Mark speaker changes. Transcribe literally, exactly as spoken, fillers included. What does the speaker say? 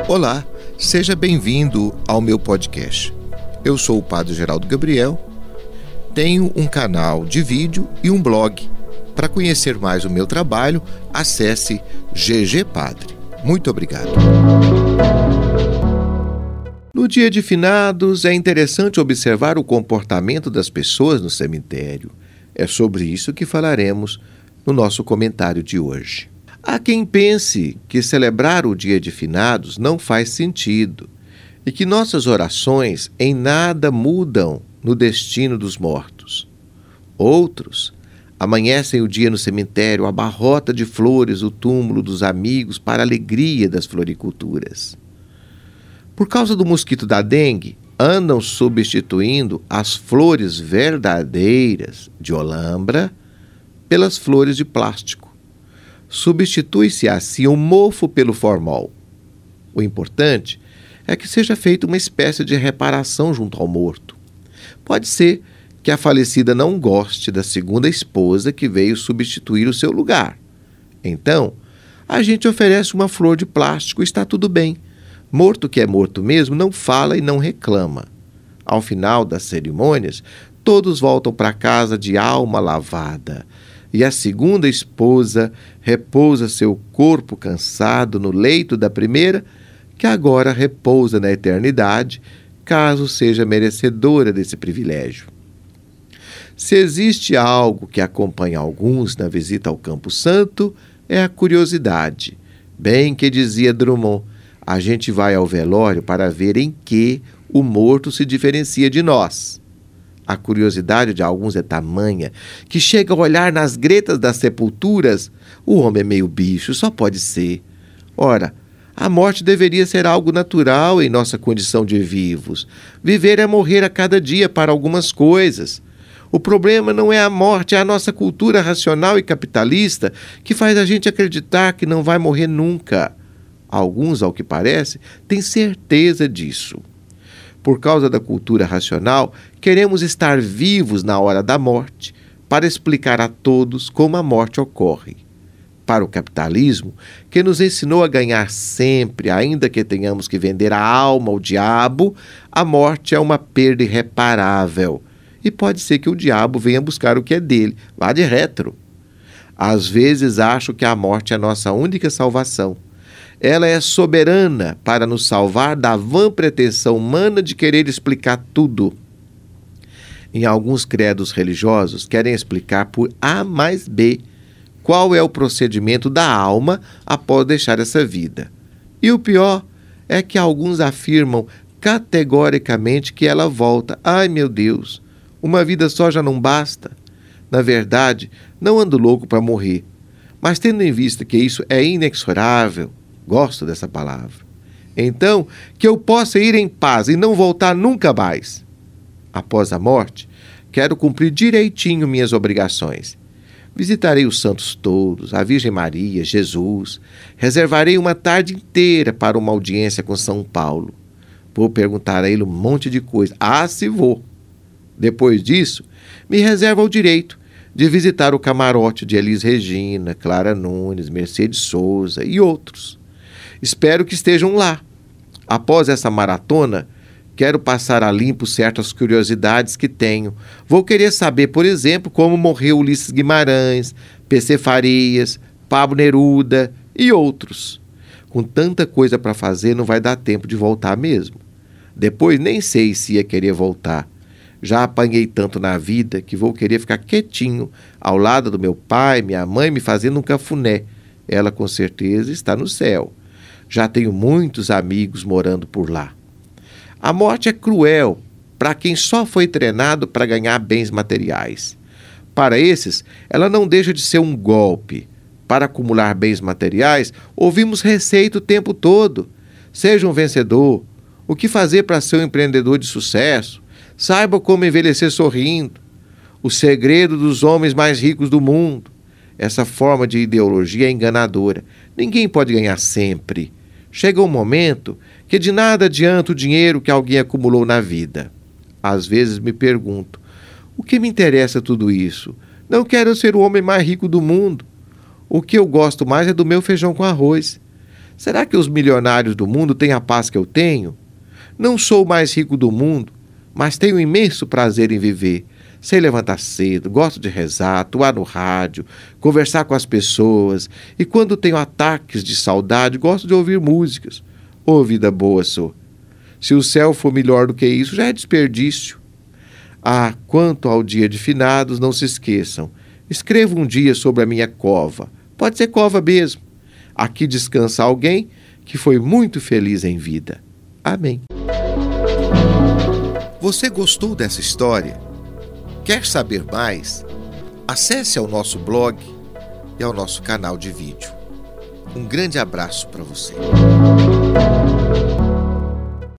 Speaker 1: Olá, seja bem-vindo ao meu podcast. Eu sou o Padre Geraldo Gabriel, tenho um canal de vídeo e um blog. Para conhecer mais o meu trabalho, acesse G G Padre. Muito obrigado. No dia de finados, é interessante observar o comportamento das pessoas no cemitério. É sobre isso que falaremos no nosso comentário de hoje. Há quem pense que celebrar o dia de finados não faz sentido e que nossas orações em nada mudam no destino dos mortos. Outros amanhecem o dia no cemitério, abarrota de flores o túmulo dos amigos para a alegria das floriculturas. Por causa do mosquito da dengue, andam substituindo as flores verdadeiras de Olambra pelas flores de plástico. Substitui-se assim o mofo pelo formol. O importante é que seja feita uma espécie de reparação junto ao morto. Pode ser que a falecida não goste da segunda esposa que veio substituir o seu lugar. Então, a gente oferece uma flor de plástico e está tudo bem. Morto que é morto mesmo não fala e não reclama. Ao final das cerimônias, todos voltam para casa de alma lavada. E a segunda esposa repousa seu corpo cansado no leito da primeira, que agora repousa na eternidade, caso seja merecedora desse privilégio. Se existe algo que acompanha alguns na visita ao Campo Santo, é a curiosidade. Bem que dizia Drummond, a gente vai ao velório para ver em que o morto se diferencia de nós. A curiosidade de alguns é tamanha que chega a olhar nas gretas das sepulturas. O homem é meio bicho, só pode ser. Ora, a morte deveria ser algo natural em nossa condição de vivos. Viver é morrer a cada dia para algumas coisas. O problema não é a morte, é a nossa cultura racional e capitalista que faz a gente acreditar que não vai morrer nunca. Alguns, ao que parece, têm certeza disso. Por causa da cultura racional, queremos estar vivos na hora da morte para explicar a todos como a morte ocorre. Para o capitalismo, que nos ensinou a ganhar sempre, ainda que tenhamos que vender a alma ao diabo, a morte é uma perda irreparável. E pode ser que o diabo venha buscar o que é dele, vá de retro. Às vezes acho que a morte é a nossa única salvação. Ela é soberana para nos salvar da vã pretensão humana de querer explicar tudo. Em alguns credos religiosos, querem explicar por A mais B qual é o procedimento da alma após deixar essa vida. E o pior é que alguns afirmam categoricamente que ela volta. Ai, meu Deus, uma vida só já não basta. Na verdade, não ando louco para morrer, mas tendo em vista que isso é inexorável, gosto dessa palavra. Então, que eu possa ir em paz e não voltar nunca mais. Após a morte, quero cumprir direitinho minhas obrigações. Visitarei os santos todos, a Virgem Maria, Jesus. Reservarei uma tarde inteira para uma audiência com São Paulo. Vou perguntar a ele um monte de coisa. Ah, se vou. Depois disso, me reservo o direito de visitar o camarote de Elis Regina, Clara Nunes, Mercedes Souza e outros. Espero que estejam lá. Após essa maratona, quero passar a limpo certas curiosidades que tenho. Vou querer saber, por exemplo, como morreu Ulisses Guimarães, P C Farias, Pablo Neruda e outros. Com tanta coisa para fazer, não vai dar tempo de voltar mesmo. Depois nem sei se ia querer voltar. Já apanhei tanto na vida que vou querer ficar quietinho ao lado do meu pai, minha mãe, me fazendo um cafuné. Ela com certeza está no céu. Já tenho muitos amigos morando por lá. A morte é cruel para quem só foi treinado para ganhar bens materiais. Para esses, ela não deixa de ser um golpe. Para acumular bens materiais, ouvimos receita o tempo todo. Seja um vencedor. O que fazer para ser um empreendedor de sucesso? Saiba como envelhecer sorrindo. O segredo dos homens mais ricos do mundo. Essa forma de ideologia é enganadora. Ninguém pode ganhar sempre. Chega um momento que de nada adianta o dinheiro que alguém acumulou na vida. Às vezes me pergunto, o que me interessa tudo isso? Não quero ser o homem mais rico do mundo. O que eu gosto mais é do meu feijão com arroz. Será que os milionários do mundo têm a paz que eu tenho? Não sou o mais rico do mundo, mas tenho um imenso prazer em viver. Sei levantar cedo, gosto de rezar, atuar no rádio, conversar com as pessoas, e quando tenho ataques de saudade, gosto de ouvir músicas. Ô, vida boa sou! Se o céu for melhor do que isso, já é desperdício. Ah, quanto ao dia de finados, não se esqueçam. Escreva um dia sobre a minha cova. Pode ser cova mesmo. Aqui descansa alguém que foi muito feliz em vida. Amém. Você gostou dessa história? Quer saber mais? Acesse ao nosso blog e ao nosso canal de vídeo. Um grande abraço para você.